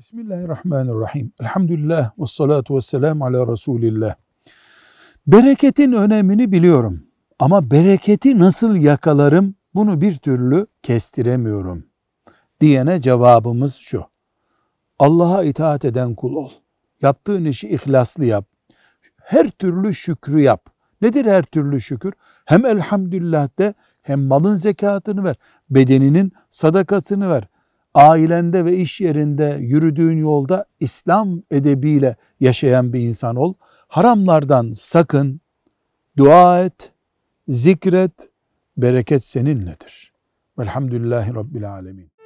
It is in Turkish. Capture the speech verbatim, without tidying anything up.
Bismillahirrahmanirrahim. Elhamdülillah ve salatu ve selamu ala Resulillah. Bereketin önemini biliyorum. Ama bereketi nasıl yakalarım bunu bir türlü kestiremiyorum. Diyene cevabımız şu: Allah'a itaat eden kul ol. Yaptığın işi ihlaslı yap. Her türlü şükrü yap. Nedir her türlü şükür? Hem elhamdülillah de, hem malın zekatını ver, bedeninin sadakasını ver. Ailende ve iş yerinde, yürüdüğün yolda İslam edebiyle yaşayan bir insan ol. Haramlardan sakın, dua et, zikret, bereket seninledir. Velhamdülillahi Rabbil alemin.